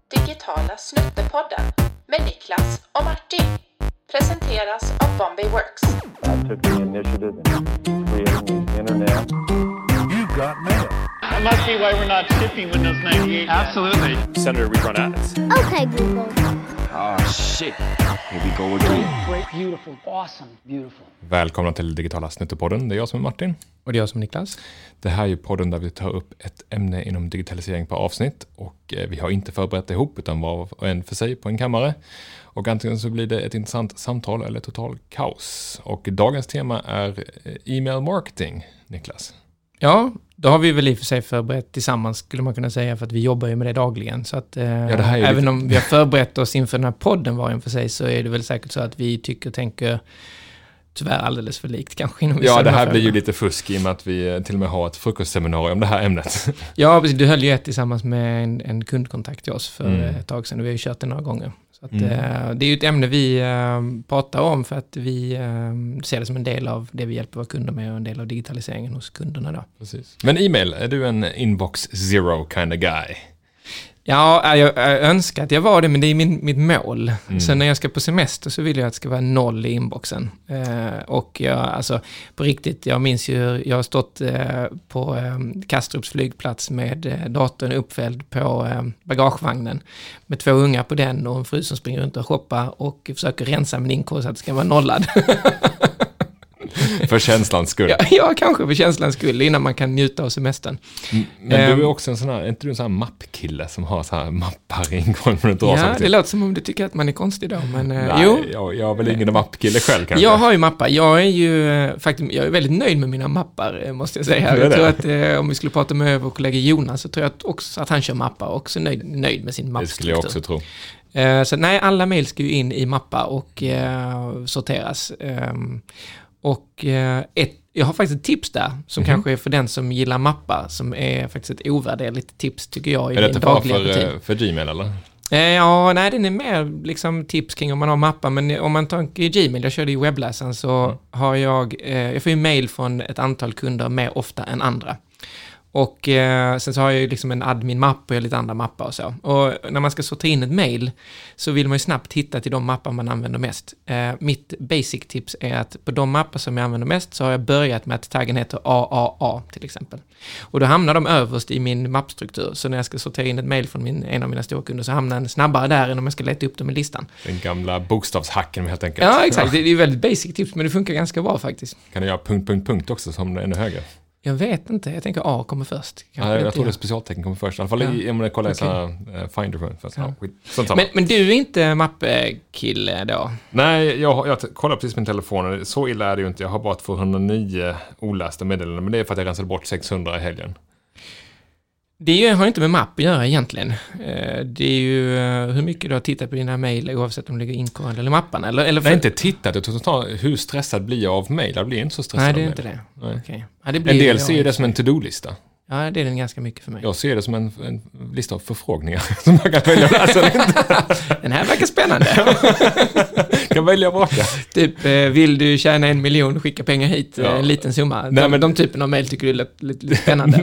Digitala Snuttepodden med Niklas och Martin. Presenteras av Bombay Works. I took the initiative in creating the internet. You got mail. That must be why we're not shipping Windows 98. Absolutely. Senator, we run ads. Okay, Google. Oh, shit. Here we go again. Great, beautiful, awesome, beautiful. Välkomna till Digitala Snuttepodden. Det är jag som är Martin. Och det är jag som är Niklas. Det här är ju podden där vi tar upp ett ämne inom digitalisering på avsnitt. Och vi har inte förberett det ihop utan var och en för sig på en kammare. Och antingen så blir det ett intressant samtal eller total kaos. Och dagens tema är e-mail marketing, Niklas. Ja, då har vi väl i och för sig förberett tillsammans skulle man kunna säga för att vi jobbar ju med det dagligen. Så att även om vi har förberett oss inför den här podden var en för sig så är det väl säkert så att vi tycker och tänker tyvärr alldeles för likt kanske inom vissa. Ja, det här blir ju lite fusk i och med att vi till och med har ett frukostseminarium om det här ämnet. Ja, precis. Du höll ju ett tillsammans med en kundkontakt till oss för ett tag sedan och vi har ju kört det några gånger. Så att, det är ju ett ämne vi pratar om för att vi ser det som en del av det vi hjälper våra kunder med och en del av digitaliseringen hos kunderna då. Precis. Men e-mail, är du en inbox zero kind of guy? Ja, jag önskar att jag var det, men det är mitt mål. Så när jag ska på semester så vill jag att det ska vara 0 i inboxen. Och alltså på riktigt, jag minns ju, jag har stått på Kastrups flygplats med datorn uppfälld på bagagevagnen med 2 ungar på den och en fru som springer runt och shoppar och försöker rensa min inkorg så att det ska vara nollad. För känslans skull. Ja, kanske för känslans skull innan man kan njuta av semestern. Men du är också en sån här, är inte du en sån här mappkille som har så här mappar ingående för att dra Ja, det låter som om du tycker att man är konstig då, men nej, jo. Jag är väl ingen mappkille själv kanske. Jag har ju mappar. Jag är ju faktiskt, jag är väldigt nöjd med mina mappar, måste jag säga. Jag tror att om vi skulle prata med vår kollega Jonas så tror jag också att han kör mappar och också nöjd med sin mappstruktur. Det skulle jag också tro. Så nej, alla mejl ska ju in i mappar och sorteras. Och jag har faktiskt ett tips där som kanske är för den som gillar mappar som är faktiskt ett ovärderligt tips tycker jag i min dagliga rutin. Är det för Gmail eller? Ja, nej, den är mer liksom tips kring om man har mappar, men om man tänker i Gmail, jag körde i webbläsaren så har jag får ju mail från ett antal kunder mer ofta än andra. Och sen så har jag ju liksom en admin-mapp och lite andra mappar och så. Och när man ska sortera in ett mail så vill man ju snabbt hitta till de mappar man använder mest. Mitt basic-tips är att på de mappar som jag använder mest så har jag börjat med att taggen heter AAA till exempel. Och då hamnar de överst i min mappstruktur. Så när jag ska sortera in ett mail från en av mina stora kunder så hamnar den snabbare där än om jag ska leta upp dem i listan. Den gamla bokstavshacken helt enkelt. Ja, exakt. Det är ju väldigt basic tips men det funkar ganska bra faktiskt. Kan du göra ... också som det är ännu högre? Jag vet inte, jag tänker A kommer först. Ja, jag tror det specialtecken kommer först. I alla fall om jag kollar i Finder först. Ja. Men du är inte mappkille då? Nej, jag kollar precis på min telefon. Så illa är det ju inte. Jag har bara 209 olästa meddelanden. Men det är för att jag rensade bort 600 i helgen. Det har inte med mapp att göra egentligen. Det är ju hur mycket du har tittat på dina mejl oavsett om det ligger inkorrad eller mappan. Eller Nej, inte tittat. Jag tror hur stressad blir jag av mejl? Jag blir inte så stressad. Nej, det är inte det. Okay. Ja, det blir en del ser det som en to-do-lista. Ja, det är den ganska mycket för mig. Jag ser det som en lista av förfrågningar som jag kan välja att läsa eller inte. Den här verkar spännande. Kan välja baka. Typ, vill du tjäna 1 miljon, skicka pengar hit, en liten summa. De typen av mejl tycker du är lite spännande.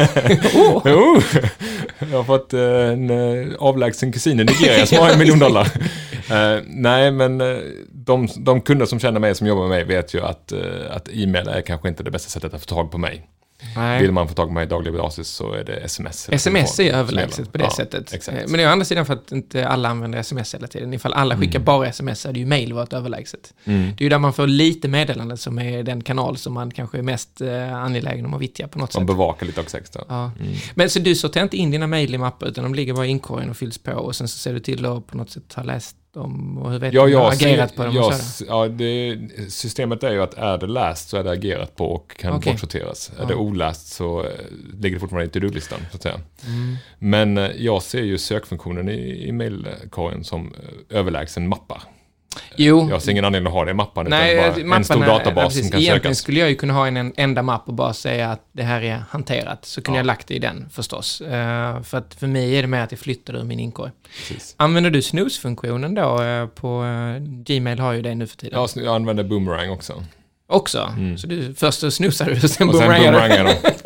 Jag har fått en avlägsen kusin i Nigeria som har $1 miljon. Nej, men de kunder som känner mig som jobbar med mig vet ju att e-mail är kanske inte det bästa sättet att få tag på mig. Nej. Vill man få tag på mig i daglig basis så är det sms. SMS är överlägset på det sättet. Exakt. Men det är å andra sidan för att inte alla använder sms hela tiden. Ifall alla skickar bara sms är det ju mail varit överlägset. Det är ju där man får lite meddelande som är den kanal som man kanske är mest angelägen om att vittja på något sätt. Man bevakar lite också extra. Ja. Men så du sorterar inte in dina mail i mappar utan de ligger bara i inkorgen och fylls på och sen så ser du till att på något sätt ha läst dem och hur vet du har agerat på dem? Systemet är ju att är det läst så är det agerat på och kan bortsorteras. Är det oläst så ligger det fortfarande i to-do-listan så att säga. Men jag ser ju sökfunktionen i mailkorgen som överlägsen mappar. Jo. Jag ser ingen anledning att ha det i mappan utan bara en stor databas som kan Egentligen sökas. skulle jag ju kunna ha en enda mapp och bara säga att det här är hanterat. Så kunde jag lagt det i den förstås. För att för mig är det mer att jag flyttar ur min inkorg. Precis. Använder du snooze-funktionen då? På Gmail har ju det nu för tiden. Ja, jag använder Boomerang också. Så du först snusar du och sen boomerangar du.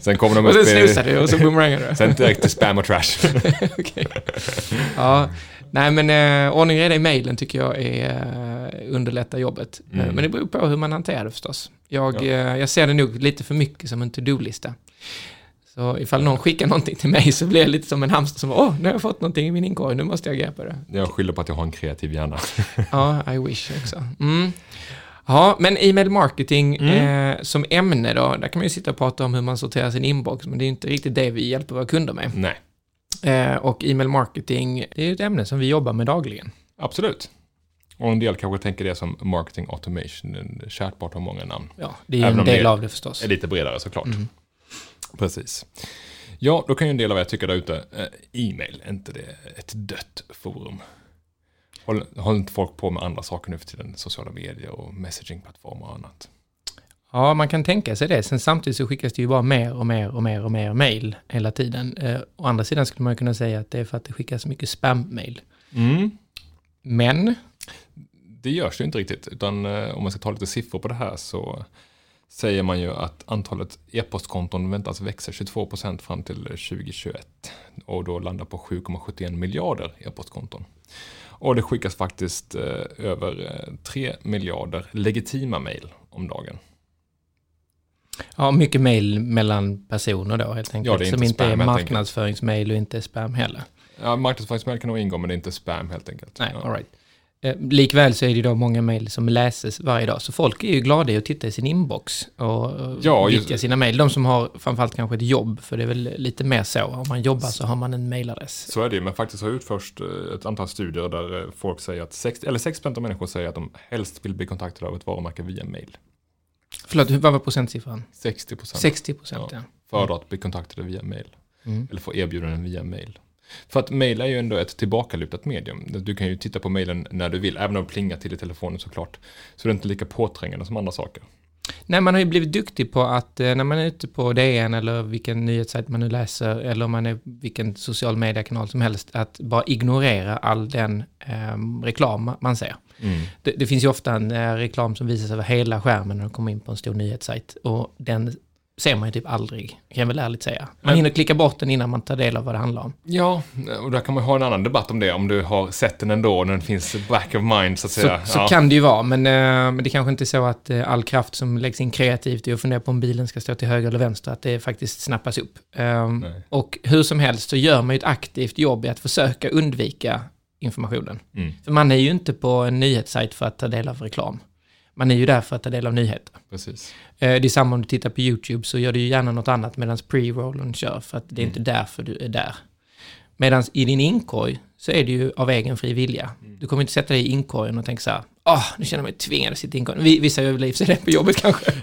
Sen kommer de Och upp sen snusar du och så boomerangade du. Sen direkt till spam och trash. Okej. Ja, nej men ordning och reda i mejlen tycker jag är underlättar jobbet. Men det beror på hur man hanterar det förstås. Jag ser det nog lite för mycket som en to-do-lista. Så ifall någon skickar någonting till mig så blir jag lite som en hamster som nu har jag fått någonting i min inkorg, nu måste jag agera på det. Jag skyller på att jag har en kreativ hjärna. Ja, I wish också. Ja, men e-mail marketing som ämne då, där kan man ju sitta och prata om hur man sorterar sin inbox, men det är inte riktigt det vi hjälper våra kunder med. Nej. Och e-mail marketing, det är ett ämne som vi jobbar med dagligen. Absolut. Och en del kanske tänker det som marketing automation, chatbot har många namn. Ja, det är en del av det förstås. Är lite bredare såklart. Precis. Ja, då kan ju en del av er tycka där ute, e-mail, är inte det ett dött forum? Håller inte folk på med andra saker nu för tiden? Sociala medier och messagingplattformar och annat. Ja, man kan tänka sig det. Sen samtidigt så skickas det ju bara mer och mer mail hela tiden. Å andra sidan skulle man kunna säga att det är för att det skickas mycket spam-mail. Men? Det görs ju inte riktigt. Utan om man ska ta lite siffror på det här så säger man ju att antalet e-postkonton väntas växa 22% fram till 2021. Och då landar på 7,71 miljarder e-postkonton. Och det skickas faktiskt över 3 miljarder legitima mejl om dagen. Ja, mycket mejl mellan personer då helt enkelt. Ja, det är inte som inte spam, är marknadsföringsmejl och inte spam heller. Ja, marknadsföringsmejl kan nog ingå, men det är inte spam helt enkelt. Nej, ja. all right. Likväl så är det då många mejl som läses varje dag. Så folk är ju glada i att titta i sin inbox och vittja sina mejl. De som har framförallt kanske ett jobb, för det är väl lite mer så. Om man jobbar så har man en mejladress. Så är det ju, men faktiskt har utförst ett antal studier där folk säger att 6% av människor säger att de helst vill bli kontaktade av ett varumärke via mejl. Förlåt, vad var procentsiffran? 60%. 60%, ja. För att bli kontaktade via mejl. Eller få erbjudanden via mejl. För att mejl är ju ändå ett tillbakalutat medium. Du kan ju titta på mejlen när du vill, även om det plingar till i telefonen såklart. Så det är inte lika påträngande som andra saker. Nej, man har ju blivit duktig på att när man är ute på DN eller vilken nyhetssajt man nu läser eller om man är vilken social mediekanal som helst, att bara ignorera all den reklam man ser. Det finns ju ofta en reklam som visas över hela skärmen när man kommer in på en stor nyhetssajt, och den ser man ju typ aldrig, kan jag väl ärligt säga. Man hinner klicka bort den innan man tar del av vad det handlar om. Ja, och där kan man ha en annan debatt om det, om du har sett den ändå och den finns back of mind så att säga. Så kan det ju vara, men det kanske inte är så att all kraft som läggs in kreativt i att fundera på om bilen ska stå till höger eller vänster, att det faktiskt snappas upp. Och hur som helst så gör man ju ett aktivt jobb i att försöka undvika informationen. För man är ju inte på en nyhetssajt för att ta del av reklam. Man är ju där för att ta del av nyheter. Precis. Det är samma om du tittar på YouTube, så gör du ju gärna något annat medan pre-rollen kör, för att det är inte därför du är där. Medan i din inkorg så är det ju av egen fri vilja. Du kommer inte sätta dig i inkorgen och tänka så här, nu känner jag mig tvingad att sitta i inkorgen. Vissa överliv sig det på jobbet kanske.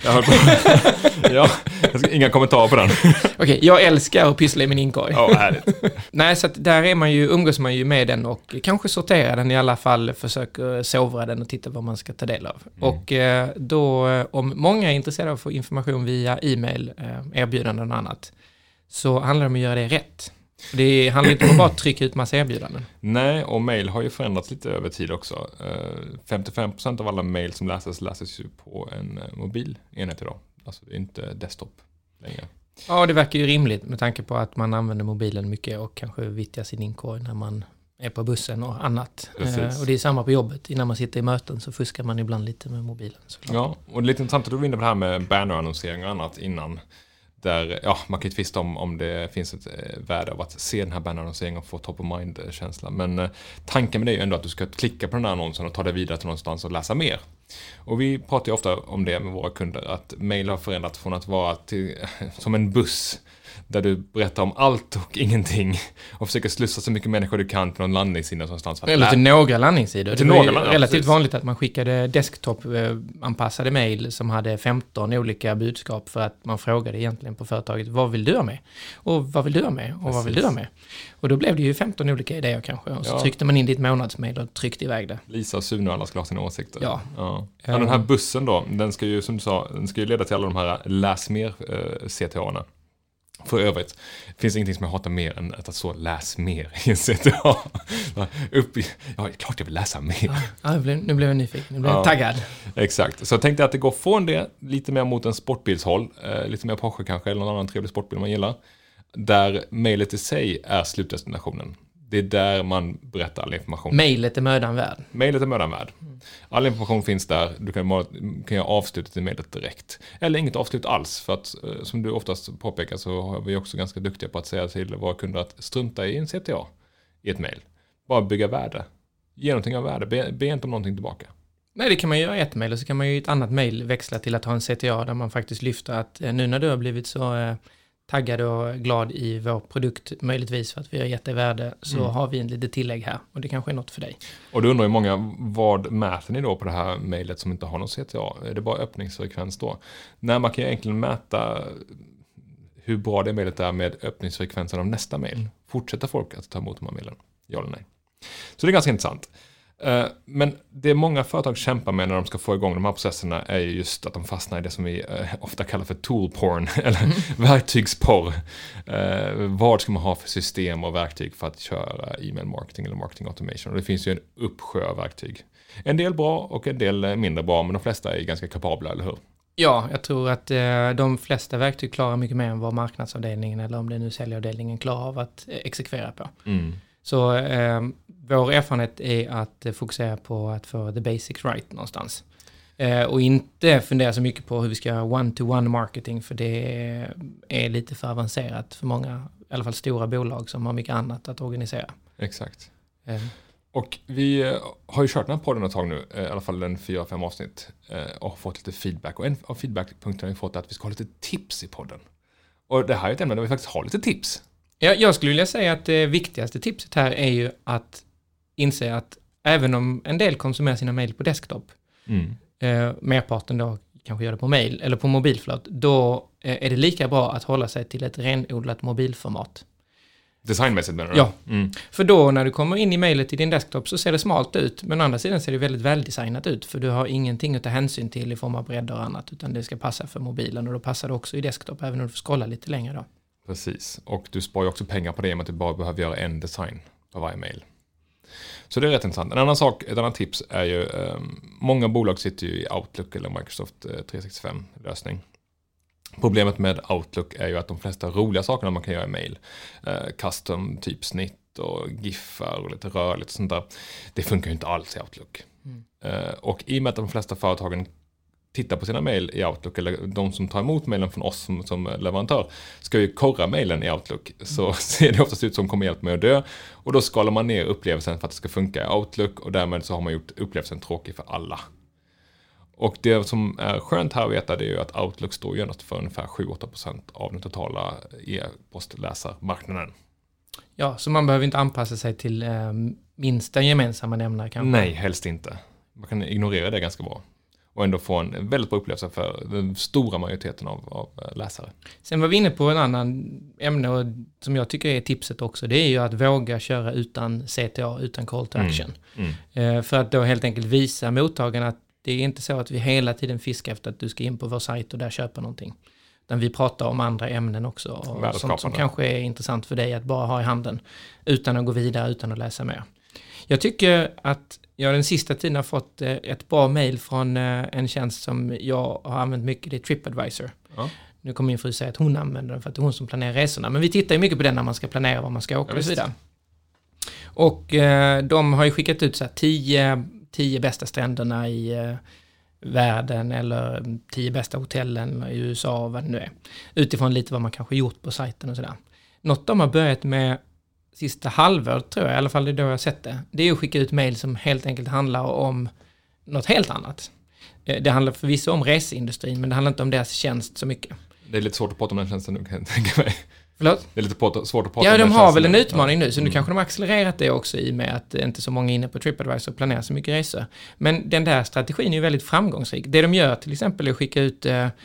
Ja, inga kommentarer på den. Okej, jag älskar att pyssla i min inkorg. Härligt. Nej, så att där umgås man ju med den och kanske sorterar den, i alla fall försöker sovra den och titta vad man ska ta del av. Och då, om många är intresserade av att få information via e-mail, erbjudanden och annat, så handlar det om att göra det rätt. Det handlar inte om att bara trycka ut massa erbjudanden. Nej, och mail har ju förändrats lite över tid också. 55% av alla mail som läses ju på en mobilenhet idag. Alltså det är inte desktop längre. Ja, det verkar ju rimligt med tanke på att man använder mobilen mycket och kanske vittjar sin inkorg när man är på bussen och annat. Och det är samma på jobbet. Innan man sitter i möten så fuskar man ibland lite med mobilen. Såklart. Ja, och det är lite intressant att du var inne på det här med bannerannonsering och annat innan. Där, man kan ju tvista om det finns ett värde av att se den här bannerannonseringen och få top of mind-känsla. Men tanken med det är ju ändå att du ska klicka på den här annonsen och ta det vidare till någonstans och läsa mer. Och vi pratar ju ofta om det med våra kunder, att mail har förändrats från att vara som en buss där du berättar om allt och ingenting och försöker slussa så mycket människor du kan till någon landningssida någonstans. Eller till några landningssidor. Det var relativt vanligt att man skickade desktop-anpassade mejl som hade 15 olika budskap, för att man frågade egentligen på företaget, vad vill du ha med? Och vad vill du ha med? Och vad vill du ha med? Och då blev det ju 15 olika idéer kanske. Och så tryckte man in ditt månadsmejl och tryckte iväg det. Lisa och Sune och alla ska ha sina åsikter. Ja. Den här bussen då, den ska ju, som du sa, den ska ju leda till alla de här läs mer CTA-erna. För övrigt finns ingenting som jag hatar mer än att så läs mer i en CTA. Ja, klart jag vill läsa mer. Ja, nu blev jag nyfiken. Nu blev jag taggad. Exakt. Så jag tänkte att det går från det lite mer mot en sportbilshåll. Lite mer Porsche kanske, eller någon annan trevlig sportbil man gillar. Där mejlet i sig är slutdestinationen. Det är där man berättar all information. Mejlet är mödan värd. Mejlet är mödan värd. All information finns där. Du kan göra avslutet i mejlet direkt. Eller inget avslut alls. För att, som du oftast påpekar, så har vi också ganska duktiga på att säga till våra kunder att strunta i en CTA i ett mejl. Bara bygga värde. Ge någonting av värde. Be inte om någonting tillbaka. Nej, det kan man göra i ett mejl, och så kan man ju i ett annat mejl växla till att ha en CTA där man faktiskt lyfter att nu när du har blivit så taggad och glad i vår produkt, möjligtvis för att vi har gett dig värde, så har vi en lite tillägg här, och det kanske är något för dig. Och då undrar ju många, vad mäter ni då på det här mejlet som inte har någon CTA? Är det bara öppningsfrekvens då? Nej, man kan ju egentligen mäta hur bra det mejlet är med öppningsfrekvensen av nästa mejl. Fortsätter folk att ta emot de här mejlen? Ja eller nej? Så det är ganska intressant. Men det många företag kämpar med när de ska få igång de här processerna är just att de fastnar i det som vi ofta kallar för tool porn, eller verktygsporr. Vad ska man ha för system och verktyg för att köra e-mail marketing eller marketing automation? Och det finns ju en uppsjö av verktyg. En del bra och en del mindre bra, men de flesta är ganska kapabla, eller hur? Ja, jag tror att de flesta verktyg klarar mycket mer än vad marknadsavdelningen, eller om det är nu säljavdelningen, klarar av att exekvera på. Så vår erfarenhet är att fokusera på att få the basics right någonstans. Och inte fundera så mycket på hur vi ska göra one-to-one marketing, för det är lite för avancerat för många, i alla fall stora bolag som har mycket annat att organisera. Exakt. Och vi har ju kört den här podden ett tag nu, i alla fall en 4-5 avsnitt, och har fått lite feedback. Och en av feedbackpunkterna har vi fått är att vi ska ha lite tips i podden. Och det här är ett ämne där vi faktiskt har lite tips. Ja, jag skulle vilja säga att det viktigaste tipset här är ju att inse att även om en del konsumerar sina mejl på desktop, merparten då kanske gör det på mejl eller på mobil, då är det lika bra att hålla sig till ett renodlat mobilformat. Designmässigt menar du? Ja, för då när du kommer in i mejlet i din desktop så ser det smalt ut, men å andra sidan ser det väldigt väldesignat ut, för du har ingenting att ta hänsyn till i form av bredder och annat, utan det ska passa för mobilen, och då passar det också i desktop även om du får scrolla lite längre då. Precis, och du sparar ju också pengar på det med att du bara behöver göra en design på varje mejl. Så det är rätt intressant. En annan sak, ett annat tips är ju, många bolag sitter ju i Outlook eller Microsoft 365-lösning. Problemet med Outlook är ju att de flesta roliga sakerna man kan göra i mejl, custom typsnitt och giffar och lite rörligt och sånt där, det funkar ju inte alls i Outlook. Och i och med att de flesta företagen tittar på sina mejl i Outlook, eller de som tar emot mejlen från oss som leverantör ska ju korra mejlen i Outlook, så ser det oftast ut som kommer hjälp med att dö, och då skalar man ner upplevelsen för att det ska funka i Outlook, och därmed så har man gjort upplevelsen tråkig för alla. Och det som är skönt här att veta, det är ju att Outlook står ju endast för ungefär 7-8% av den totala e-postläsarmarknaden. Ja, så man behöver inte anpassa sig till minsta gemensamma nämnare kanske? Nej, helst inte. Man kan ignorera det ganska bra. Och ändå få en väldigt bra upplevelse för den stora majoriteten av läsare. Sen var vi inne på en annan ämne, och som jag tycker är tipset också. Det är ju att våga köra utan CTA, utan call to action. För att då helt enkelt visa mottagarna att det är inte så att vi hela tiden fiskar efter att du ska in på vår sajt och där köpa någonting. Utan vi pratar om andra ämnen också. Och sånt som kanske är intressant för dig att bara ha i handen. Utan att gå vidare, utan att läsa mer. Jag tycker att jag den sista tiden har fått ett bra mejl från en tjänst som jag har använt mycket, det är TripAdvisor. Ja. Nu kommer min fru säga att hon använder den för att det är hon som planerar resorna. Men vi tittar ju mycket på den när man ska planera var man ska åka och så vidare. Och de har ju skickat ut så här 10 bästa stränderna i världen, eller 10 bästa hotellen i USA, vad det nu är. Utifrån lite vad man kanske gjort på sajten och sådär. Något de har börjat med sista halvår, tror jag, i alla fall det är då jag har sett det. Det är att skicka ut mejl som helt enkelt handlar om något helt annat. Det handlar förvisso om reseindustrin, men det handlar inte om deras tjänst så mycket. Det är lite svårt att prata om den tjänsten nu, kan jag tänka mig. Förlåt? Det är lite svårt att prata om den. Ja, de har väl en utmaning nu, så nu kanske de har accelererat det också i och med att inte så många inne på TripAdvisor planerar så mycket resor. Men den där strategin är ju väldigt framgångsrik. Det de gör till exempel är att skicka ut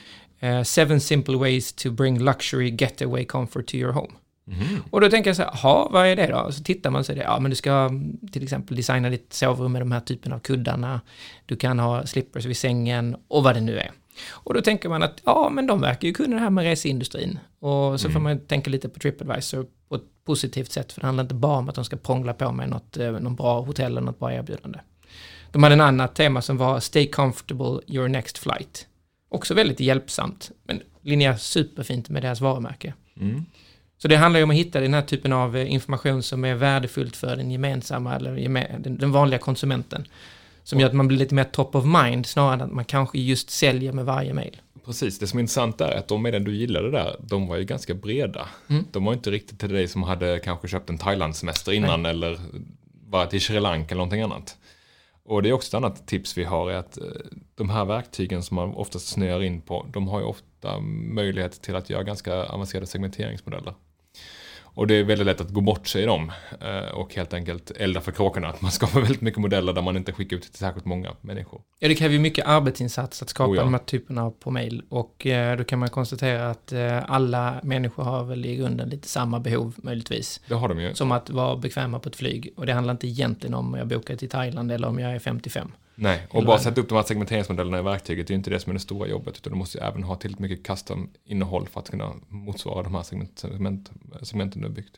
7 simple ways to bring luxury getaway comfort to your home. Och då tänker jag så här, vad är det då? Så tittar man så är det, men du ska till exempel designa ditt sovrum med de här typen av kuddarna. Du kan ha slippers vid sängen och vad det nu är. Och då tänker man att men de verkar ju kunna det här med reseindustrin. Och så får man tänka lite på TripAdvisor på ett positivt sätt, för det handlar inte bara om att de ska prångla på med någon bra hotell eller något bra erbjudande. De hade en annat tema som var Stay comfortable your next flight. Också väldigt hjälpsamt, men linjerar superfint med deras varumärke. Så det handlar ju om att hitta den här typen av information som är värdefullt för den gemensamma eller den vanliga konsumenten. Som gör att man blir lite mer top of mind snarare än att man kanske just säljer med varje mejl. Precis, det som är intressant är att de mejlen du gillade där, de var ju ganska breda. De var inte riktigt till dig som hade kanske köpt en Thailand-semester innan eller varit i Sri Lanka eller någonting annat. Och det är också ett annat tips vi har, är att de här verktygen som man oftast snöar in på, de har ju ofta möjlighet till att göra ganska avancerade segmenteringsmodeller. Och det är väldigt lätt att gå bort sig i dem och helt enkelt elda för kråkorna. Att man skapar väldigt mycket modeller där man inte skickar ut till särskilt många människor. Ja, det kräver ju mycket arbetsinsats att skapa de här typerna på mejl. Och då kan man konstatera att alla människor har väl i grunden lite samma behov möjligtvis. Det har de ju. Som att vara bekväma på ett flyg. Och det handlar inte egentligen om jag bokar till Thailand eller om jag är 55. Nej, och bara sätta upp de här segmenteringsmodellerna i verktyget, det är inte det som är det stora jobbet, utan du måste ju även ha tillräckligt mycket custom-innehåll för att kunna motsvara de här segmenten du har byggt.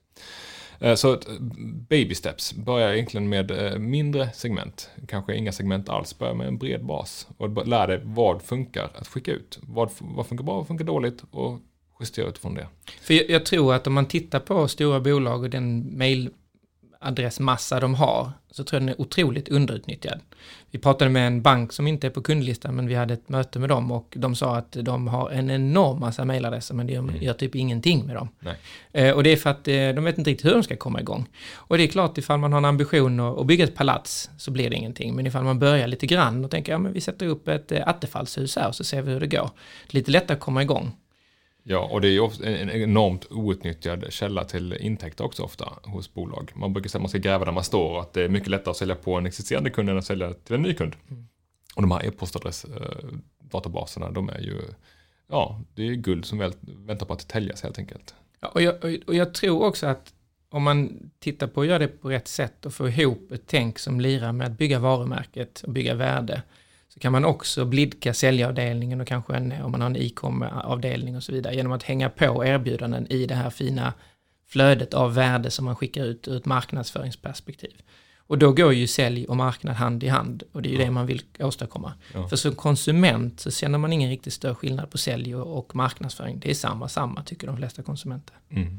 Så baby steps, börjar egentligen med mindre segment, kanske inga segment alls, börja med en bred bas och lär dig vad funkar att skicka ut, vad funkar bra, vad funkar dåligt och justera utifrån det. För jag tror att om man tittar på stora bolag och den mailadressmassa de har, så tror jag den är otroligt underutnyttjad. Vi pratade med en bank som inte är på kundlistan, men vi hade ett möte med dem och de sa att de har en enorm massa mailadresser, men de gör typ ingenting med dem. Och det är för att de vet inte riktigt hur de ska komma igång. Och det är klart, ifall man har en ambition att bygga ett palats så blir det ingenting. Men ifall man börjar lite grann och tänker, men vi sätter upp ett attefallshus här och så ser vi hur det går. Lite lättare att komma igång. Ja, och det är ju en enormt outnyttjad källa till intäkter också ofta hos bolag. Man brukar säga att man ska gräva där man står och att det är mycket lättare att sälja på en existerande kund än att sälja till en ny kund. Och de här e-postadressdatabaserna, de är ju, det är guld som väntar på att täljas helt enkelt. Ja, och jag tror också att om man tittar på att göra det på rätt sätt och få ihop ett tänk som lirar med att bygga varumärket och bygga värde, så kan man också blidka säljavdelningen och kanske om man har en e-com-avdelning och så vidare genom att hänga på erbjudanden i det här fina flödet av värde som man skickar ut ur ett marknadsföringsperspektiv. Och då går ju sälj och marknad hand i hand och det är ju det man vill åstadkomma. Ja. För som konsument så känner man ingen riktigt större skillnad på sälj och marknadsföring. Det är samma tycker de flesta konsumenter.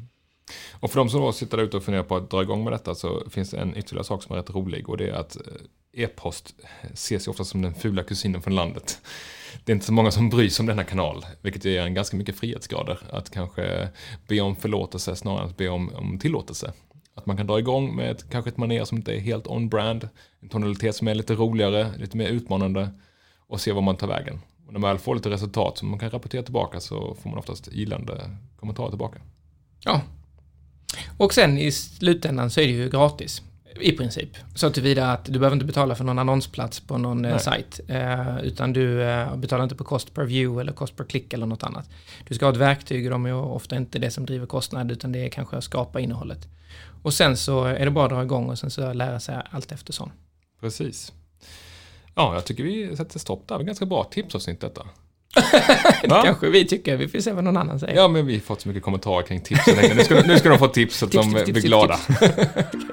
Och för de som då sitter där ute och funderar på att dra igång med detta, så finns det en ytterligare sak som är rätt rolig, och det är att e-post ses ju ofta som den fula kusinen från landet. Det är inte så många som bryr sig om denna kanal, vilket ger en ganska mycket frihetsgrader att kanske be om förlåtelse snarare än att be om tillåtelse. Att man kan dra igång med kanske ett manér som inte är helt on-brand, en tonalitet som är lite roligare, lite mer utmanande, och se vad man tar vägen. Och när man väl får lite resultat som man kan rapportera tillbaka, så får man oftast gillande kommentarer tillbaka. Ja. Och sen i slutändan så är det ju gratis. I princip. Så tillvida att du behöver inte betala för någon annonsplats på någon sajt. Utan du betalar inte på cost per view eller cost per klick eller något annat. Du ska ha ett verktyg och de är ofta inte det som driver kostnad, utan det är kanske att skapa innehållet. Och sen så är det bara att dra igång och sen så lära sig allt eftersom. Precis. Ja, jag tycker vi sätter stopp där. Det är ganska bra tipsavsnitt detta. Det kanske vi tycker. Vi får se vad någon annan säger. Ja, men vi har fått så mycket kommentarer kring tips. Nu ska de få tips så att de blir glada.